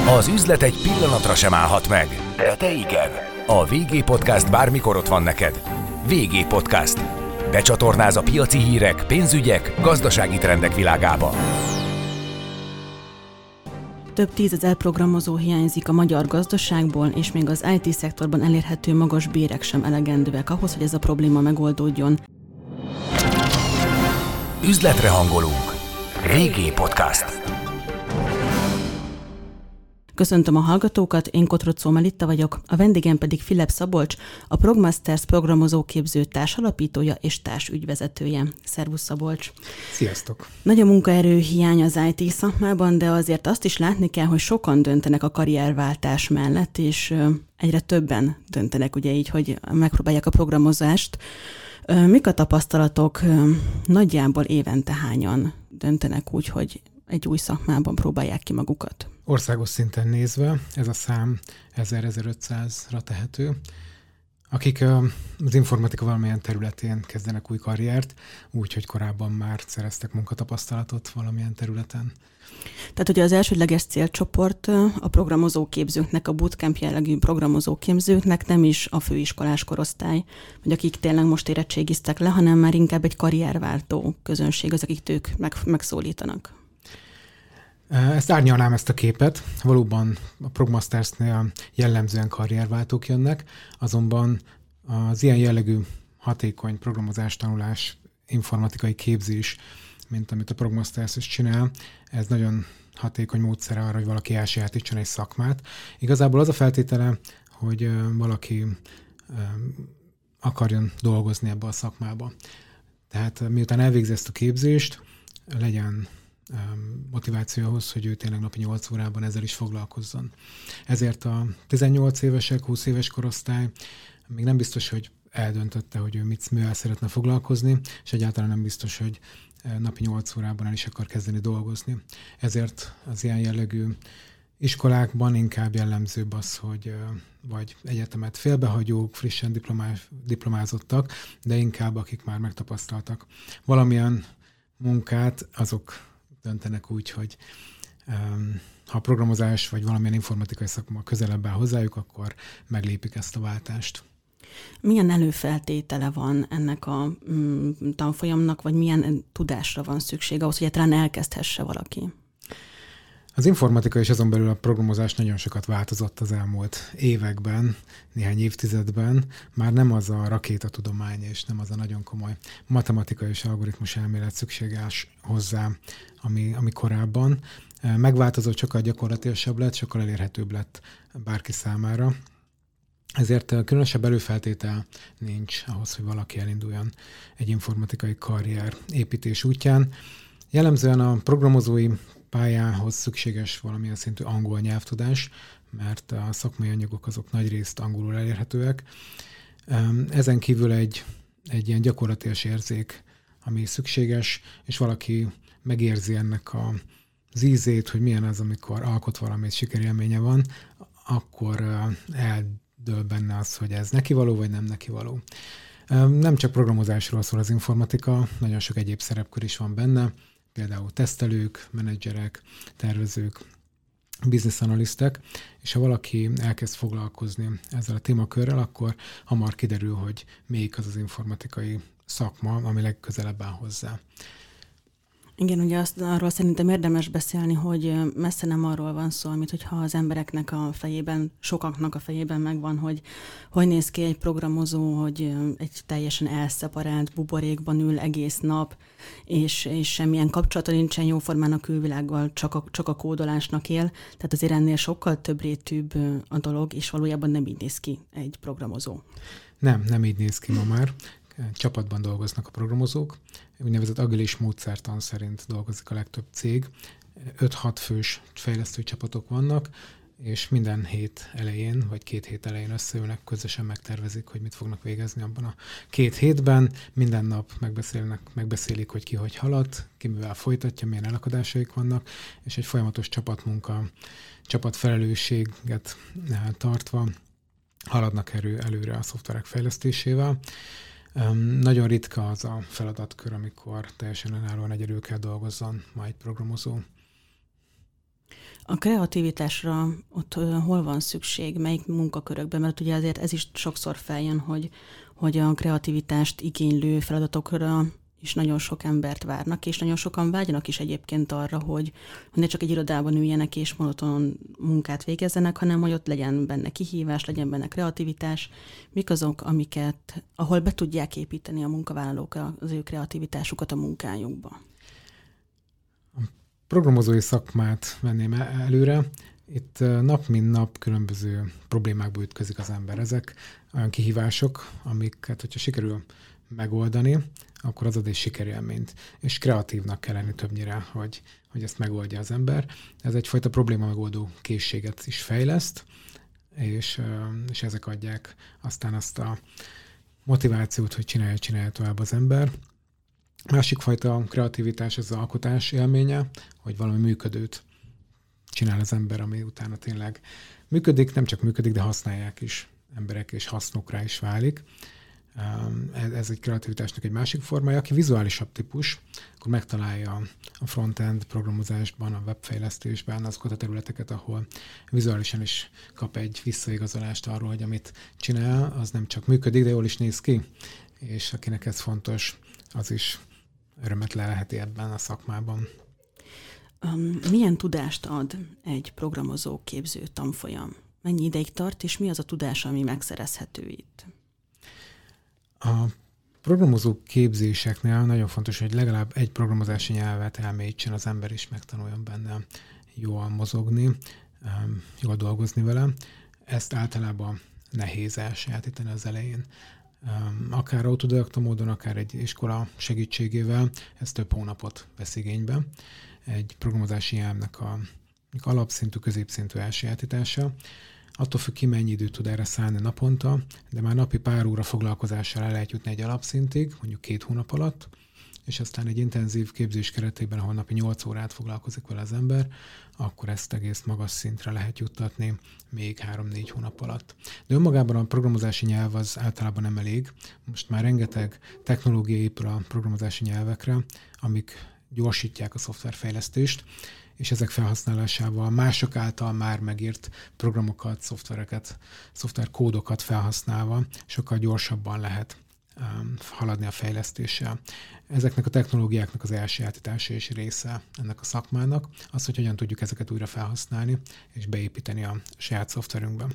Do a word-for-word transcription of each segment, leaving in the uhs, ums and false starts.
Az üzlet egy pillanatra sem állhat meg, de te igen. A vé gé Podcast bármikor ott van neked. vé gé Podcast. Becsatornáz a piaci hírek, pénzügyek, gazdasági trendek világába. Több tízezer programozó hiányzik a magyar gazdaságból, és még az i té-szektorban elérhető magas bérek sem elegendőek ahhoz, hogy ez a probléma megoldódjon. Üzletre hangolunk. vé gé Podcast. Köszöntöm a hallgatókat, én Kotrocó Melitta vagyok, a vendégem pedig Filip Szabolcs, a Progmasters programozóképző társalapítója és társügyvezetője. Szervusz Szabolcs! Sziasztok! Nagy a munkaerő hiány az i té szakmában, de azért azt is látni kell, hogy sokan döntenek a karrierváltás mellett, és egyre többen döntenek ugye így, hogy megpróbálják a programozást. Mik a tapasztalatok? Nagyjából évente hányan döntenek úgy, hogy egy új szakmában próbálják ki magukat? Országos szinten nézve ez a szám ezer-ezerötszázra tehető, akik az informatika valamilyen területén kezdenek új karriert, úgyhogy korábban már szereztek munkatapasztalatot valamilyen területen. Tehát ugye az elsődleges célcsoport a programozóképzőknek, a bootcamp jellegű programozóképzőknek nem is a főiskolás korosztály, vagy akik tényleg most érettségiztek le, hanem már inkább egy karrierváltó közönség az, akik ők meg, megszólítanak. Ezt árnyalnám, ezt a képet. Valóban a Progmastersnél jellemzően karrierváltók jönnek, azonban az ilyen jellegű hatékony programozás tanulás, informatikai képzés, mint amit a Progmasters is csinál, ez nagyon hatékony módszer arra, hogy valaki elsajátítson egy szakmát. Igazából az a feltétele, hogy valaki akarjon dolgozni ebbe a szakmába. Tehát miután elvégzi ezt a képzést, legyen motiváció ahhoz, hogy ő tényleg napi nyolc órában ezzel is foglalkozzon. Ezért a tizennyolc évesek, húsz éves korosztály még nem biztos, hogy eldöntötte, hogy ő mit mivel szeretne foglalkozni, és egyáltalán nem biztos, hogy napi nyolc órában el is akar kezdeni dolgozni. Ezért az ilyen jellegű iskolákban inkább jellemzőbb az, hogy vagy egyetemet félbehagyók, frissen diplomá- diplomázottak, de inkább akik már megtapasztaltak valamilyen munkát, azok döntenek úgy, hogy um, ha a programozás vagy valamilyen informatikai szakma közelebb áll hozzájuk, akkor meglépik ezt a váltást. Milyen előfeltétele van ennek a mm, tanfolyamnak, vagy milyen tudásra van szükség ahhoz, hogy egyáltalán elkezdhesse valaki? Az informatika és azon belül a programozás nagyon sokat változott az elmúlt években, néhány évtizedben. Már nem az a rakétatudomány és nem az a nagyon komoly matematika és algoritmus elmélet szükséges hozzá, ami, ami korábban. Megváltozott, sokkal gyakorlatilasabb lett, sokkal elérhetőbb lett bárki számára. Ezért különösebb előfeltétel nincs ahhoz, hogy valaki elinduljon egy informatikai karrier építés útján. Jellemzően a programozói pályához szükséges valamilyen szintű angol nyelvtudás, mert a szakmai anyagok azok nagyrészt angolul elérhetőek. Ezen kívül egy, egy ilyen gyakorlatias érzék, ami szükséges, és valaki megérzi ennek a, az ízét, hogy milyen az, amikor alkot valamit, sikerélménye van, akkor eldől benne az, hogy ez nekivaló, vagy nem nekivaló. Nem csak programozásról szól az informatika, nagyon sok egyéb szerepkör is van benne, például tesztelők, menedzserek, tervezők, business analisztek, és ha valaki elkezd foglalkozni ezzel a témakörrel, akkor hamar kiderül, hogy melyik az az informatikai szakma, ami legközelebb áll hozzá. Igen, ugye azt, arról szerintem érdemes beszélni, hogy messze nem arról van szó, amit hogyha az embereknek a fejében, sokaknak a fejében megvan, hogy hogy néz ki egy programozó, hogy egy teljesen elszeparált buborékban ül egész nap, és, és semmilyen kapcsolata nincsen jóformán a külvilággal, csak a, csak a kódolásnak él. Tehát azért ennél sokkal több rétűbb a dolog, és valójában nem így néz ki egy programozó. Nem, nem így néz ki ma már. Csapatban dolgoznak a programozók, úgynevezett agilis módszertan szerint dolgozik a legtöbb cég. öt-hat fős fejlesztő csapatok vannak, és minden hét elején, vagy két hét elején összeülnek, közösen megtervezik, hogy mit fognak végezni abban a két hétben. Minden nap megbeszélnek, megbeszélik, hogy ki hogy halad, ki mivel folytatja, milyen elakadásaik vannak, és egy folyamatos csapatmunka, csapatfelelősséget tartva haladnak elő, előre a szoftverek fejlesztésével. Um, nagyon ritka az a feladatkör, amikor teljesen önállóan egyedül kell dolgozzon majd programozó. A kreativitásra ott hol van szükség, melyik munkakörökben? Mert ugye azért ez is sokszor feljön, hogy, hogy a kreativitást igénylő feladatokra is nagyon sok embert várnak, és nagyon sokan vágynak is egyébként arra, hogy, hogy ne csak egy irodában üljenek és monoton munkát végezzenek, hanem hogy ott legyen benne kihívás, legyen benne kreativitás. Mik azok, amiket, ahol be tudják építeni a munkavállalók az ő kreativitásukat a munkájukba? A programozói szakmát venném előre. Itt nap mint nap különböző problémákba ütközik az ember. Ezek olyan kihívások, amiket, hogyha sikerül megoldani, akkor az ad egy sikerélményt. És kreatívnak kell lenni többnyire, hogy, hogy ezt megoldja az ember. Ez egyfajta probléma megoldó készséget is fejleszt, és, és ezek adják aztán azt a motivációt, hogy csinálja, csinálja tovább az ember. Másik fajta kreativitás az alkotás élménye, hogy valami működőt csinál az ember, ami utána tényleg működik, nem csak működik, de használják is emberek, és hasznukra is válik. Ez egy kreativitásnak egy másik formája. Aki vizuálisabb típus, akkor megtalálja a frontend programozásban, a webfejlesztésben azokat a területeket, ahol vizuálisan is kap egy visszaigazolást arról, hogy amit csinál, az nem csak működik, de jól is néz ki. És akinek ez fontos, az is örömet lelheti ebben a szakmában. Milyen tudást ad egy programozó képző tanfolyam? Mennyi ideig tart, és mi az a tudás, ami megszerezhető itt? A programozó képzéseknél nagyon fontos, hogy legalább egy programozási nyelvet elmélyítsen az ember, és megtanuljon benne jól mozogni, jól dolgozni vele. Ezt általában nehéz elsajátítani az elején. Akár autodidakta módon, akár egy iskola segítségével, ez több hónapot vesz igénybe. Egy programozási nyelvnek a alapszintű, középszintű elsajátítása. Attól függ ki, mennyi időt tud erre szállni naponta, de már napi pár óra foglalkozással el lehet jutni egy alapszintig, mondjuk két hónap alatt, és aztán egy intenzív képzés keretében, ahol napi nyolc órát foglalkozik vele az ember, akkor ezt egész magas szintre lehet juttatni még három-négy hónap alatt. De önmagában a programozási nyelv az általában nem elég. Most már rengeteg technológia épül a programozási nyelvekre, amik gyorsítják a szoftverfejlesztést, és ezek felhasználásával mások által már megírt programokat, szoftvereket, szoftverkódokat felhasználva sokkal gyorsabban lehet um, haladni a fejlesztéssel. Ezeknek a technológiáknak az elsajátítása és része ennek a szakmának, az, hogy hogyan tudjuk ezeket újra felhasználni és beépíteni a saját szoftverünkben.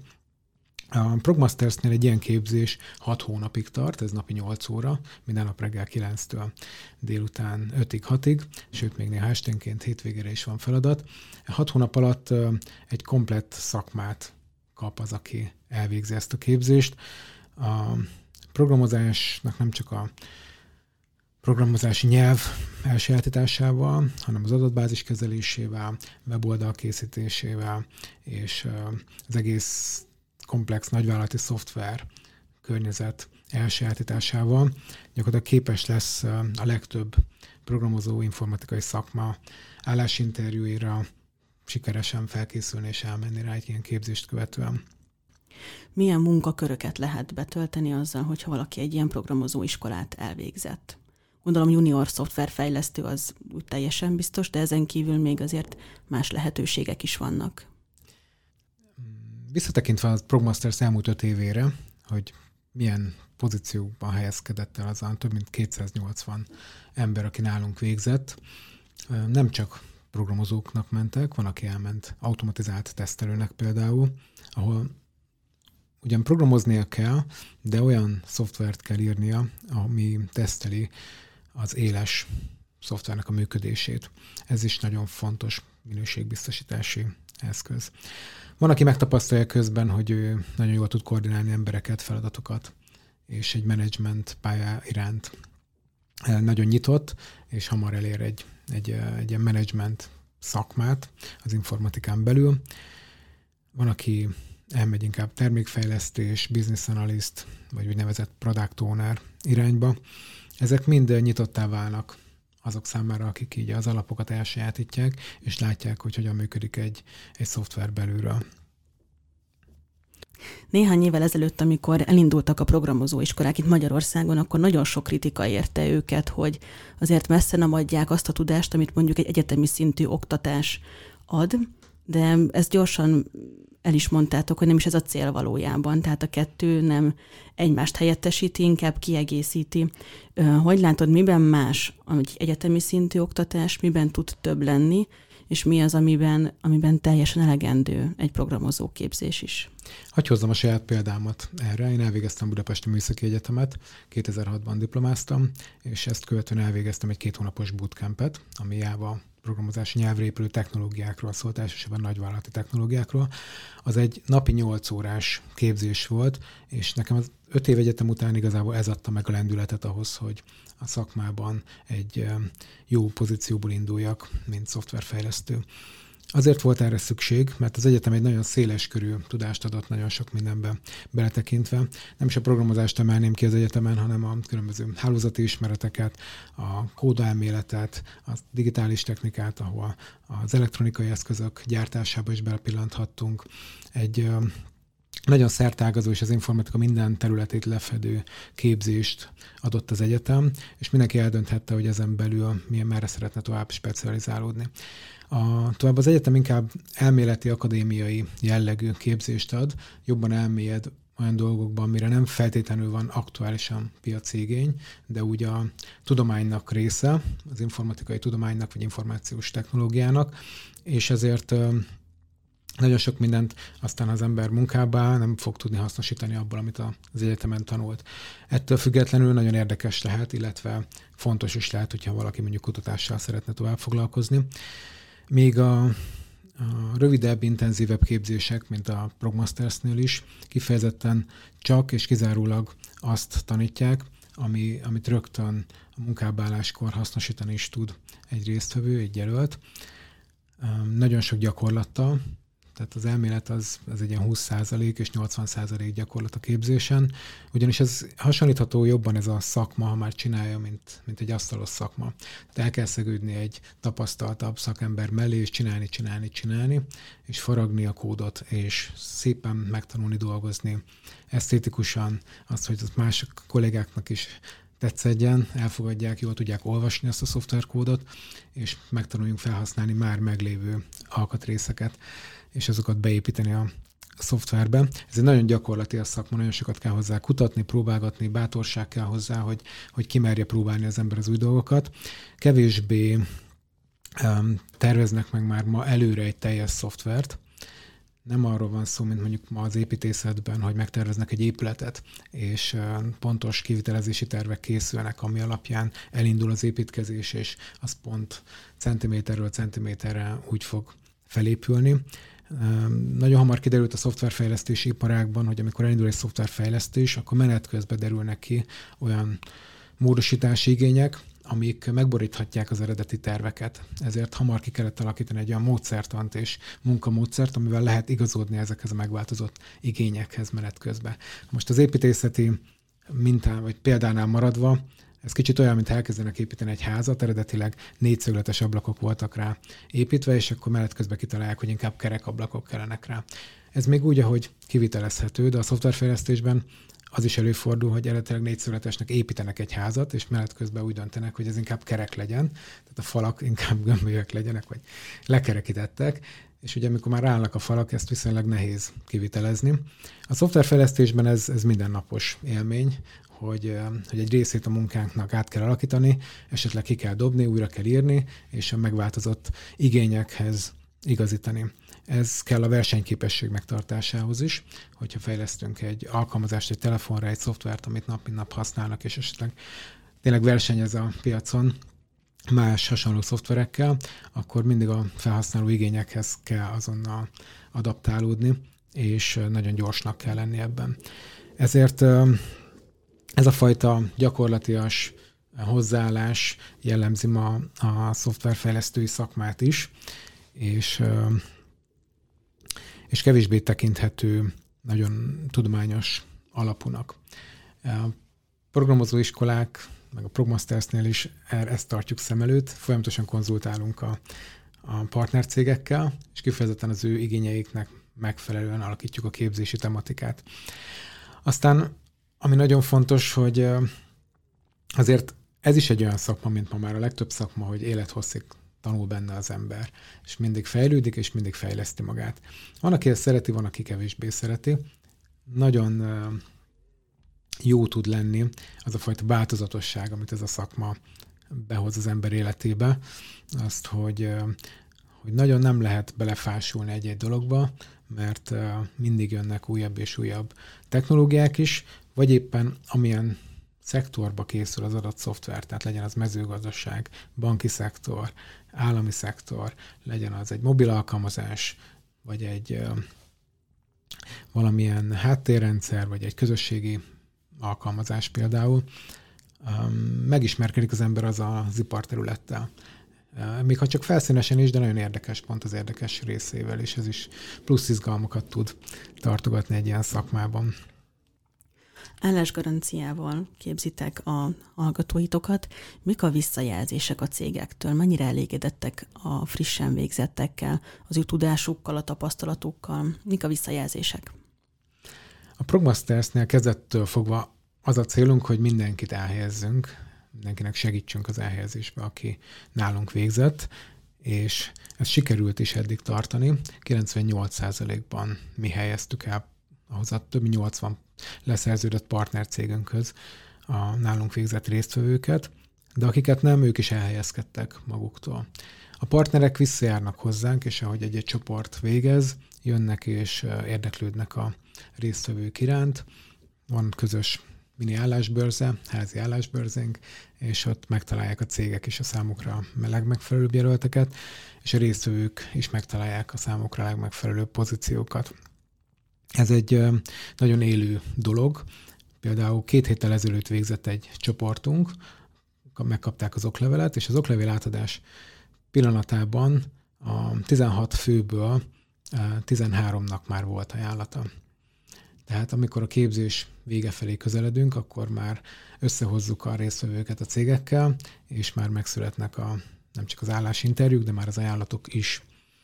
A Progmastersnél egy ilyen képzés hat hónapig tart, ez napi nyolc óra, minden nap reggel kilenctől délután ötig, hatig, sőt még néha esténként hétvégére is van feladat. hat hónap alatt egy komplett szakmát kap az, aki elvégzi ezt a képzést. A programozásnak nem csak a programozási nyelv elsajátításával, hanem az adatbázis kezelésével, weboldal készítésével, és az egész komplex nagyvállalati szoftver környezet elsajátításával gyakorlatilag képes lesz a legtöbb programozó informatikai szakma állásinterjúira sikeresen felkészülni és elmenni rá egy ilyen képzést követően. Milyen munkaköröket lehet betölteni azzal, hogyha valaki egy ilyen programozó iskolát elvégzett? Gondolom junior szoftverfejlesztő az úgy teljesen biztos, de ezen kívül még azért más lehetőségek is vannak. Visszatekintve a Progmasters elmúlt öt évére, hogy milyen pozíciókban helyezkedett el az a több mint kétszáznyolcvan ember, aki nálunk végzett, nem csak programozóknak mentek, van, aki elment automatizált tesztelőnek például, ahol ugyan programoznia kell, de olyan szoftvert kell írnia, ami teszteli az éles szoftvernek a működését. Ez is nagyon fontos minőségbiztosítási eszköz. Van, aki megtapasztalja közben, hogy ő nagyon jól tud koordinálni embereket, feladatokat, és egy menedzsment pálya iránt nagyon nyitott, és hamar elér egy, egy, egy ilyen menedzsment szakmát az informatikán belül. Van, aki elmegy inkább termékfejlesztés, business analyst, vagy úgynevezett product owner irányba. Ezek mind nyitottá válnak azok számára, akik így az alapokat elsajátítják, és látják, hogy hogyan működik egy, egy szoftver belülről. Néhány évvel ezelőtt, amikor elindultak a programozóiskolák itt Magyarországon, akkor nagyon sok kritika érte őket, hogy azért messze nem adják azt a tudást, amit mondjuk egy egyetemi szintű oktatás ad, de ezt gyorsan el is mondtátok, hogy nem is ez a cél valójában, tehát a kettő nem egymást helyettesíti, inkább kiegészíti. Hogy látod, miben más egy egyetemi szintű oktatás, miben tud több lenni, és mi az, amiben, amiben teljesen elegendő egy programozó képzés is? Hadd hozzam a saját példámat erre. Én elvégeztem Budapesti Műszaki Egyetemet, kétezer-hatban diplomáztam, és ezt követően elvégeztem egy két hónapos bootcampet, ami Java programozási nyelvre épülő technológiákról szólt, elsősorban nagyvállalati technológiákról. Az egy napi nyolc órás képzés volt, és nekem az öt év egyetem után igazából ez adta meg a lendületet ahhoz, hogy a szakmában egy jó pozícióból induljak, mint szoftverfejlesztő. Azért volt erre szükség, mert az egyetem egy nagyon széles körű tudást adott nagyon sok mindenbe beletekintve. Nem is a programozást emelném ki az egyetemen, hanem a különböző hálózati ismereteket, a kódaelméletet, a digitális technikát, ahol az elektronikai eszközök gyártásába is belepillanthattunk. Egy nagyon szertágazó és az informatika minden területét lefedő képzést adott az egyetem, és mindenki eldönthette, hogy ezen belül milyen merre szeretne tovább specializálódni. A, tovább az egyetem inkább elméleti, akadémiai jellegű képzést ad, jobban elmélyed olyan dolgokban, amire nem feltétlenül van aktuálisan piaci igény, de úgy a tudománynak része, az informatikai tudománynak vagy információs technológiának, és ezért nagyon sok mindent aztán az ember munkába nem fog tudni hasznosítani abból, amit az egyetemen tanult. Ettől függetlenül nagyon érdekes lehet, illetve fontos is lehet, hogyha valaki mondjuk kutatással szeretne tovább foglalkozni. Még a, a rövidebb, intenzívebb képzések, mint a Progmastersnél is, kifejezetten csak és kizárólag azt tanítják, ami, amit rögtön a munkába álláskor hasznosítani is tud egy résztvevő, egy jelölt. Nagyon sok gyakorlattal, tehát az elmélet az, az egy ilyen húsz százalék és nyolcvan százalék gyakorlat a képzésen, ugyanis ez hasonlítható jobban ez a szakma, ha már csinálja, mint, mint egy asztalos szakma. Tehát el kell szegődni egy tapasztaltabb szakember mellé, és csinálni, csinálni, csinálni, és faragni a kódot, és szépen megtanulni dolgozni, esztétikusan, azt, hogy az más kollégáknak is tetszedjen, elfogadják, jól tudják olvasni ezt a szoftverkódot, és megtanuljunk felhasználni már meglévő alkatrészeket, és azokat beépíteni a szoftverbe. Ez egy nagyon gyakorlati a szakma, nagyon sokat kell hozzá kutatni, próbálgatni, bátorság kell hozzá, hogy, hogy kimerje próbálni az ember az új dolgokat. Kevésbé um, terveznek meg már ma előre egy teljes szoftvert. Nem arról van szó, mint mondjuk ma az építészetben, hogy megterveznek egy épületet, és uh, pontos kivitelezési tervek készülnek, ami alapján elindul az építkezés, és az pont centiméterről centiméterre úgy fog felépülni. Nagyon hamar kiderült a szoftverfejlesztési iparágban, hogy amikor elindul egy szoftverfejlesztés, akkor menet közben derülnek ki olyan módosítási igények, amik megboríthatják az eredeti terveket. Ezért hamar ki kellett alakítani egy olyan módszertant és munkamódszert, amivel lehet igazodni ezekhez a megváltozott igényekhez menet közben. Most az építészeti mintán vagy példánál maradva, ez kicsit olyan, mint elkezdenek építeni egy házat, eredetileg négyszögletes ablakok voltak rá építve, és akkor menet közben kitalálják, hogy inkább kerek ablakok kellenek rá. Ez még úgy, ahogy kivitelezhető, de a szoftverfejlesztésben az is előfordul, hogy eredetileg négyszögletesnek építenek egy házat, és menet közben úgy döntenek, hogy ez inkább kerek legyen, tehát a falak inkább gömbölyök legyenek, vagy lekerekítettek, és ugye amikor már állnak a falak, ezt viszonylag nehéz kivitelezni. A szoftverfejlesztésben ez, ez mindennapos élmény, hogy, hogy egy részét a munkánknak át kell alakítani, esetleg ki kell dobni, újra kell írni, és a megváltozott igényekhez igazítani. Ez kell a versenyképesség megtartásához is, hogyha fejlesztünk egy alkalmazást, egy telefonra, egy szoftvert, amit nap mint nap használnak, és esetleg tényleg versenyez a piacon más hasonló szoftverekkel, akkor mindig a felhasználó igényekhez kell azonnal adaptálódni, és nagyon gyorsnak kell lenni ebben. Ezért ez a fajta gyakorlatias hozzáállás jellemzi ma a szoftverfejlesztői szakmát is, és, és kevésbé tekinthető nagyon tudományos alapúnak. A programozóiskolák, meg a Progmastersnél is ezt tartjuk szem előtt, folyamatosan konzultálunk a, a partnercégekkel, és kifejezetten az ő igényeiknek megfelelően alakítjuk a képzési tematikát. Aztán ami nagyon fontos, hogy azért ez is egy olyan szakma, mint ma már a legtöbb szakma, hogy élethosszig tanul benne az ember, és mindig fejlődik, és mindig fejleszti magát. Van, aki ezt szereti, van, aki kevésbé szereti. Nagyon jó tud lenni az a fajta változatosság, amit ez a szakma behoz az ember életébe. Azt, hogy, hogy nagyon nem lehet belefásulni egy-egy dologba, mert mindig jönnek újabb és újabb technológiák is, vagy éppen amilyen szektorba készül az adott szoftver, tehát legyen az mezőgazdaság, banki szektor, állami szektor, legyen az egy mobil alkalmazás, vagy egy valamilyen háttérrendszer, vagy egy közösségi alkalmazás például, megismerkedik az ember az az iparterülettel. Még ha csak felszínesen is, de nagyon érdekes, pont az érdekes részével, és ez is plusz izgalmakat tud tartogatni egy ilyen szakmában. Állásgaranciával képzitek a hallgatóitokat. Mik a visszajelzések a cégektől? Mennyire elégedettek a frissen végzettekkel, az ő tudásukkal, a tapasztalatukkal? Mik a visszajelzések? A Progmastersnél kezdettől fogva az a célunk, hogy mindenkit elhelyezzünk, mindenkinek segítsünk az elhelyezésbe, aki nálunk végzett, és ez sikerült is eddig tartani. kilencvennyolc százalékban mi helyeztük el ahhoz a több mint nyolcvan leszerződött partnercégünkhöz a nálunk végzett résztvevőket, de akiket nem, ők is elhelyezkedtek maguktól. A partnerek visszajárnak hozzánk, és ahogy egy-egy csoport végez, jönnek és érdeklődnek a résztvevők iránt. Van közös mini állásbörze, házi állásbörzénk, és ott megtalálják a cégek is a számukra a legmegfelelőbb jelölteket, és a résztvevők is megtalálják a számukra a legmegfelelőbb pozíciókat. Ez egy nagyon élő dolog. Például két héttel ezelőtt végzett egy csoportunk, megkapták az oklevelet, és az oklevél átadás pillanatában a tizenhat főből tizenháromnak már volt ajánlata. Tehát amikor a képzés vége felé közeledünk, akkor már összehozzuk a résztvevőket a cégekkel, és már megszületnek a, nem csak az állásinterjúk, de már az ajánlatok is.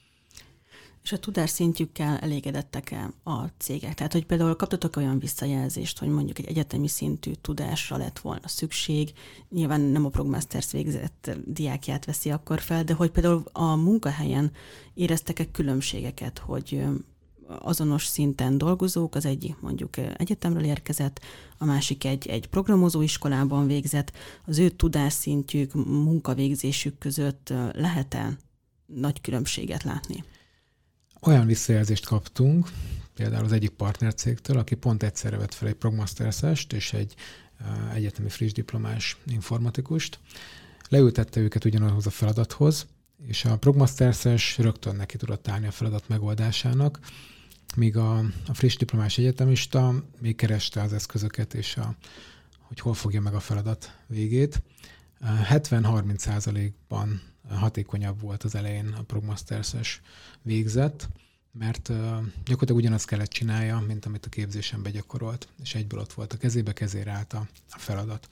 És a tudásszintjükkel elégedettek-e a cégek? Tehát, hogy például kaptatok olyan visszajelzést, hogy mondjuk egy egyetemi szintű tudásra lett volna szükség, nyilván nem a Progmasters végzett diákját veszi akkor fel, de hogy például a munkahelyen éreztek-e különbségeket, hogy azonos szinten dolgozók, az egyik mondjuk egyetemről érkezett, a másik egy, egy programozóiskolában végzett, az ő tudásszintjük, munkavégzésük között lehet-e nagy különbséget látni? Olyan visszajelzést kaptunk, például az egyik partnercégtől, aki pont egyszerre vett fel egy Progmasters-est és egy uh, egyetemi friss diplomás informatikust. Leültette őket ugyanahhoz a feladathoz, és a Progmasters-es rögtön neki tudott állni a feladat megoldásának, míg a, a friss diplomás egyetemista még kereste az eszközöket, és a, hogy hol fogja meg a feladat végét. hetven-harminc százalékban hatékonyabb volt az elején a Progmasters-es végzett, mert uh, gyakorlatilag ugyanazt kellett csinálja, mint amit a képzésen begyakorolt, és egyből ott volt a kezébe, kezére állt a, a feladat.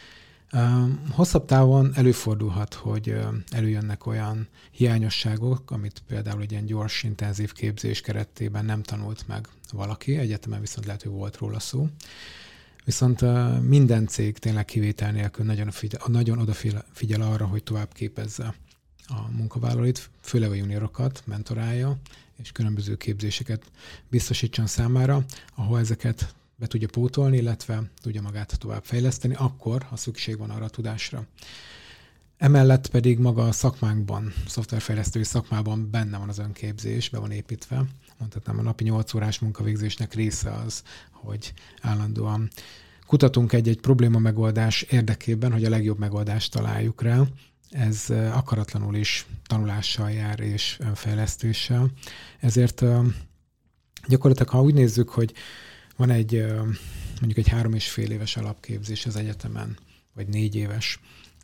Uh, hosszabb távon előfordulhat, hogy uh, előjönnek olyan hiányosságok, amit például egy ilyen gyors, intenzív képzés keretében nem tanult meg valaki, egyetemen viszont lehet, hogy volt róla szó. Viszont uh, minden cég tényleg kivétel nélkül nagyon, figyel, nagyon odafigyel arra, hogy tovább képezze a munkavállalóit, főleg a juniorokat mentorálja, és különböző képzéseket biztosítson számára, ahol ezeket be tudja pótolni, illetve tudja magát tovább fejleszteni, akkor, ha szükség van arra a tudásra. Emellett pedig maga a szakmánkban, a szoftverfejlesztői szakmában benne van az önképzés, be van építve. Mondhatnám, a napi nyolc órás munkavégzésnek része az, hogy állandóan kutatunk egy-egy probléma megoldás érdekében, hogy a legjobb megoldást találjuk rá. Ez akaratlanul is tanulással jár és önfejlesztéssel. Ezért gyakorlatilag, ha úgy nézzük, hogy van egy mondjuk egy három és fél éves alapképzés az egyetemen, vagy négy éves.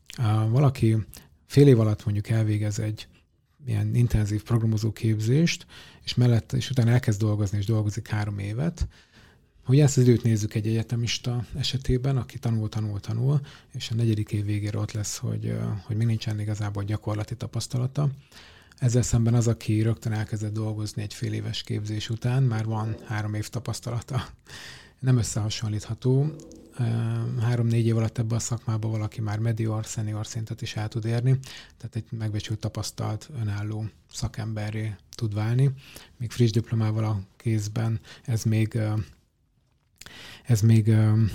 Valaki fél év alatt mondjuk elvégez egy ilyen intenzív programozó képzést, és mellett, és utána elkezd dolgozni, és dolgozik három évet. Hogy ezt az időt nézzük egy egyetemista esetében, aki tanul, tanul, tanul, és a negyedik év végére ott lesz, hogy, hogy még nincsen igazából gyakorlati tapasztalata. Ezzel szemben az, aki rögtön elkezdett dolgozni egy fél éves képzés után, már van három év tapasztalata. Nem összehasonlítható. három-négy év alatt ebbe a szakmába valaki már medior, senior szintet is el tud érni, tehát egy megbecsült, tapasztalt, önálló szakemberré tud válni. Még friss diplomával a kézben ez még, ez még,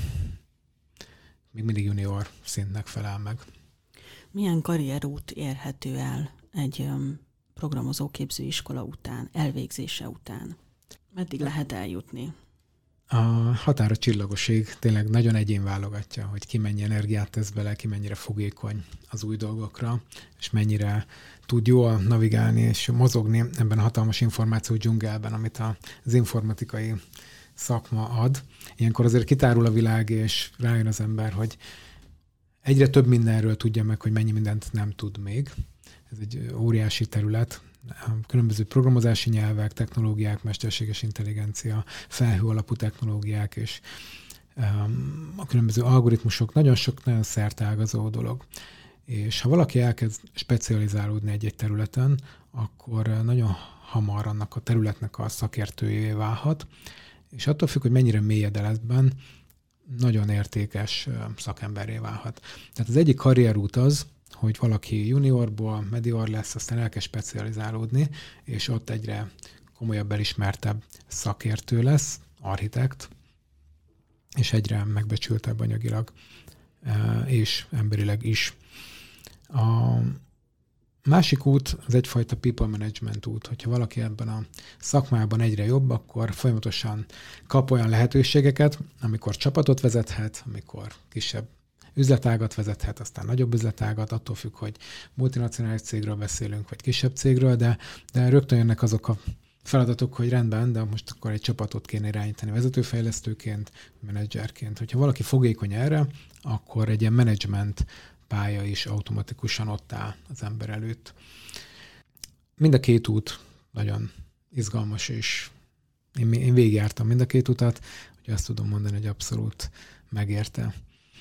még mindig junior szintnek felel meg. Milyen karrierút érhető el egy programozó képzőiskola után, elvégzése után? Meddig lehet eljutni? A határ a csillagosig tényleg nagyon egyén válogatja, hogy ki mennyi energiát tesz bele, ki mennyire fogékony az új dolgokra, és mennyire tud jól navigálni és mozogni ebben a hatalmas információ dzsungelben, amit az informatikai szakma ad. Ilyenkor azért kitárul a világ, és rájön az ember, hogy egyre több mindenről tudja meg, hogy mennyi mindent nem tud még. Ez egy óriási terület. Különböző programozási nyelvek, technológiák, mesterséges intelligencia, felhő alapú technológiák és um, a különböző algoritmusok, nagyon sok, nagyon szerteágazó dolog. És ha valaki elkezd specializálódni egy-egy területen, akkor nagyon hamar annak a területnek a szakértőjévé válhat, és attól függ, hogy mennyire mélyed el ebben, nagyon értékes szakemberré válhat. Tehát az egyik karrierút az, hogy valaki juniorból medior lesz, aztán elkezd specializálódni, és ott egyre komolyabb, elismertebb szakértő lesz, architekt, és egyre megbecsültebb anyagilag, és emberileg is. A másik út az egyfajta people management út. Hogyha valaki ebben a szakmában egyre jobb, akkor folyamatosan kap olyan lehetőségeket, amikor csapatot vezethet, amikor kisebb üzletágat vezethet, aztán nagyobb üzletágat, attól függ, hogy multinacionális cégről beszélünk, vagy kisebb cégről, de, de rögtön jönnek azok a feladatok, hogy rendben, de most akkor egy csapatot kéne irányítani vezetőfejlesztőként, menedzserként. Hogyha valaki fogékony erre, akkor egy ilyen menedzsment pálya is automatikusan ott áll az ember előtt. Mind a két út nagyon izgalmas, és én, én végigjártam mind a két utat, hogy azt tudom mondani, hogy abszolút megérte.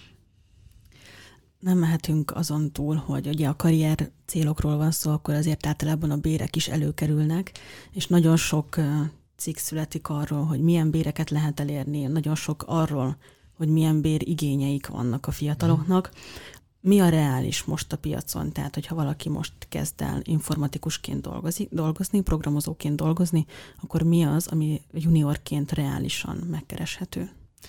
Nem mehetünk azon túl, hogy ugye a karrier célokról van szó, akkor azért általában a bérek is előkerülnek, és nagyon sok cikk születik arról, hogy milyen béreket lehet elérni, nagyon sok arról, hogy milyen bér igényeik vannak a fiataloknak. Mi a reális most a piacon? Tehát, hogyha valaki most kezd el informatikusként dolgozni, dolgozni, programozóként dolgozni, akkor mi az, ami juniorként reálisan megkereshető?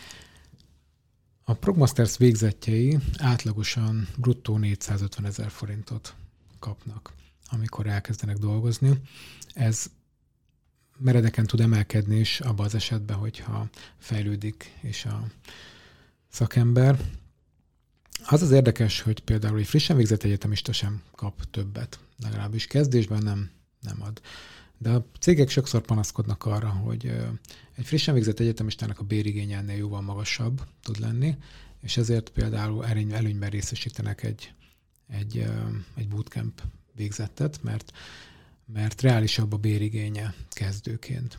A Progmasters végzettjei átlagosan bruttó négyszázötven ezer forintot kapnak, amikor elkezdenek dolgozni. Ez meredeken tud emelkedni is abban az esetben, hogyha fejlődik és a szakember. Az az érdekes, hogy például egy frissen végzett egyetemista sem kap többet, legalábbis kezdésben nem, nem ad. De a cégek sokszor panaszkodnak arra, hogy egy frissen végzett egyetemistának a bérigénye ennél jóval magasabb tud lenni, és ezért például előnyben részesítenek egy, egy, egy bootcamp végzettet, mert, mert reálisabb a bérigénye kezdőként.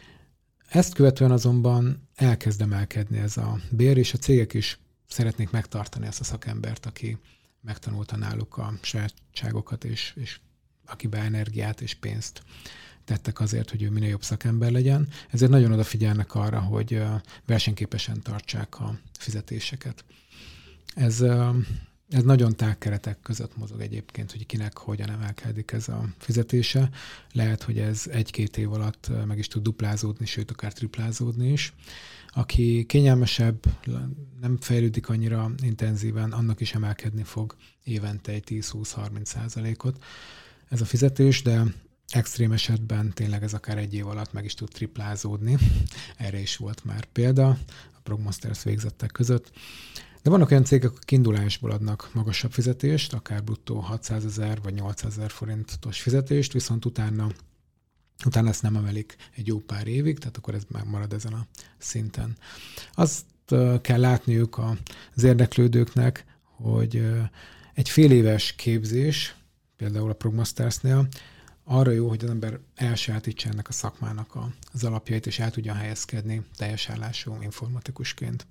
Ezt követően azonban elkezd emelkedni ez a bér, és a cégek is szeretnék megtartani ezt a szakembert, aki megtanulta náluk a sajátságokat, és, és akibe energiát és pénzt tettek azért, hogy ő minél jobb szakember legyen. Ezért nagyon odafigyelnek arra, hogy versenyképesen tartsák a fizetéseket. Ez, ez nagyon tág keretek között mozog egyébként, hogy kinek hogyan emelkedik ez a fizetése. Lehet, hogy ez egy-két év alatt meg is tud duplázódni, sőt, akár triplázódni is. Aki kényelmesebb, nem fejlődik annyira intenzíven, annak is emelkedni fog évente egy tíz-húsz-harminc százalékot ez a fizetés, de extrém esetben tényleg ez akár egy év alatt meg is tud triplázódni. Erre is volt már példa a Progmasters végzettek között. De vannak olyan cégek, akik indulásból adnak magasabb fizetést, akár bruttó hatszázezer vagy nyolcszázezer forintos fizetést, viszont utána, utána ezt nem emelik egy jó pár évig, tehát akkor ez már marad ezen a szinten. Azt kell látniuk az érdeklődőknek, hogy egy fél éves képzés, például a Progmastersnél, arra jó, hogy az ember elsajátítsa ennek a szakmának az alapjait, és el tudjon helyezkedni teljes állású informatikusként.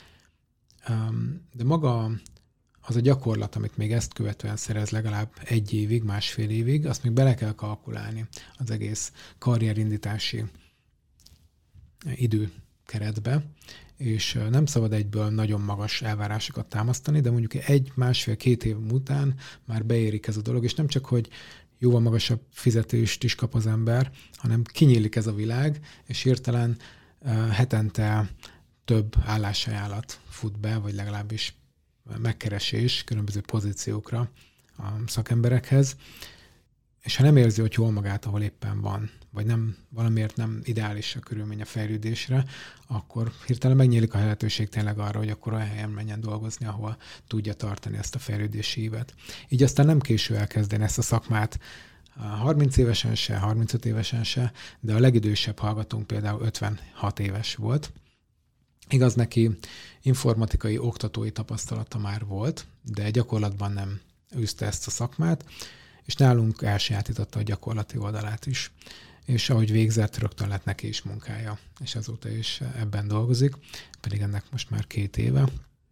De maga az a gyakorlat, amit még ezt követően szerez legalább egy évig, másfél évig, azt még bele kell kalkulálni az egész karrierindítási időkeretbe, és nem szabad egyből nagyon magas elvárásokat támasztani, de mondjuk egy, másfél, két év után már beérik ez a dolog, és nem csak, hogy jóval magasabb fizetést is kap az ember, hanem kinyílik ez a világ, és hirtelen uh, hetente több állásajánlat fut be, vagy legalábbis megkeresés különböző pozíciókra a szakemberekhez, és ha nem érzi, hogy jól magát, ahol éppen van, vagy nem, valamiért nem ideális a körülmény a fejlődésre, akkor hirtelen megnyílik a lehetőség tényleg arra, hogy akkor olyan helyen menjen dolgozni, ahol tudja tartani ezt a fejlődési ívet. Így aztán nem késő elkezdeni ezt a szakmát harminc évesen se, harmincöt évesen se, de a legidősebb hallgatónk például ötvenhat éves volt. Igaz, neki informatikai oktatói tapasztalata már volt, de gyakorlatban nem űzte ezt a szakmát, és nálunk elsajátította a gyakorlati oldalát is. És ahogy végzett, rögtön lett neki is munkája, és azóta is ebben dolgozik, pedig ennek most már két éve.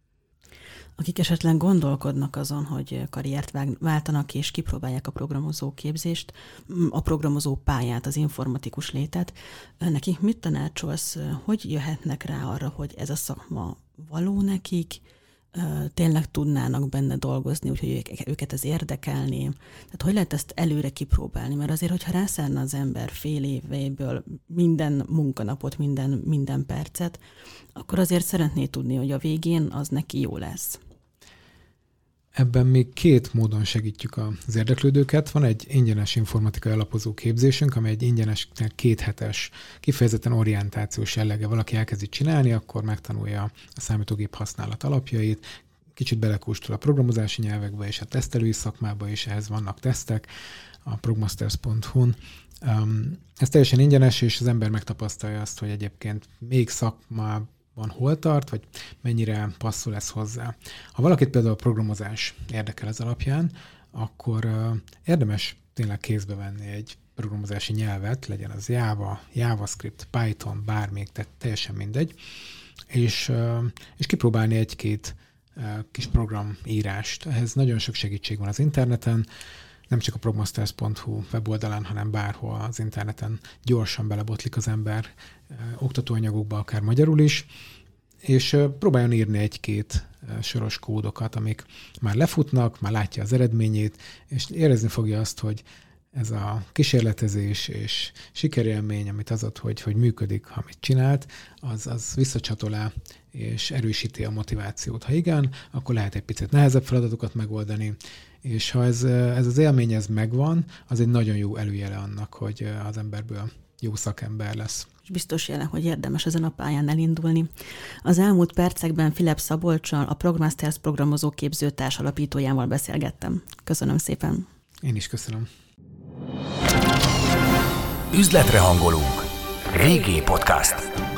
Akik esetleg gondolkodnak azon, hogy karriert váltanak és kipróbálják a programozó képzést, a programozó pályát, az informatikus létet, nekik mit tanácsolsz, hogy jöhetnek rá arra, hogy ez a szakma való nekik, tényleg tudnának benne dolgozni, úgyhogy őket ez érdekelni. Tehát hogy lehet ezt előre kipróbálni? Mert azért, hogyha rászárna az ember fél évéből minden munkanapot, minden, minden percet, akkor azért szeretné tudni, hogy a végén az neki jó lesz. Ebben még két módon segítjük az érdeklődőket. Van egy ingyenes informatikai alapozó képzésünk, amely egy ingyenes kéthetes, kifejezetten orientációs jellege. Valaki elkezdi csinálni, akkor megtanulja a számítógép használat alapjait, kicsit belekóstol a programozási nyelvekbe és a tesztelői szakmába is, ehhez vannak tesztek a progmasters pont hu-n. Ez teljesen ingyenes, és az ember megtapasztalja azt, hogy egyébként még szakmában van hol tart, vagy mennyire passzol ez hozzá. Ha valakit például a programozás érdekel ez alapján, akkor uh, érdemes tényleg kézbe venni egy programozási nyelvet, legyen az Java, JavaScript, Python, bármelyik, tehát teljesen mindegy, és, uh, és kipróbálni egy-két uh, kis programírást. Ehhez nagyon sok segítség van az interneten, nem csak a progmasters pont hu weboldalán, hanem bárhol az interneten gyorsan belebotlik az ember oktatóanyagokba, akár magyarul is, és próbáljon írni egy-két soros kódokat, amik már lefutnak, már látja az eredményét, és érezni fogja azt, hogy ez a kísérletezés és sikerélmény, amit az ad, hogy, hogy működik, amit csinált, az, az visszacsatol-e és erősíti a motivációt. Ha igen, akkor lehet egy picit nehezebb feladatokat megoldani, és ha ez, ez az élmény ez megvan, az egy nagyon jó előjele annak, hogy az emberből jó szakember lesz. És biztos jelen, hogy érdemes ezen a pályán elindulni. Az elmúlt percekben Filip Szabolccsal, a Progmasters programozó képzőtárs alapítójával beszélgettem. Köszönöm szépen. Én is köszönöm. Üzletre hangolunk. vé gé Podcast.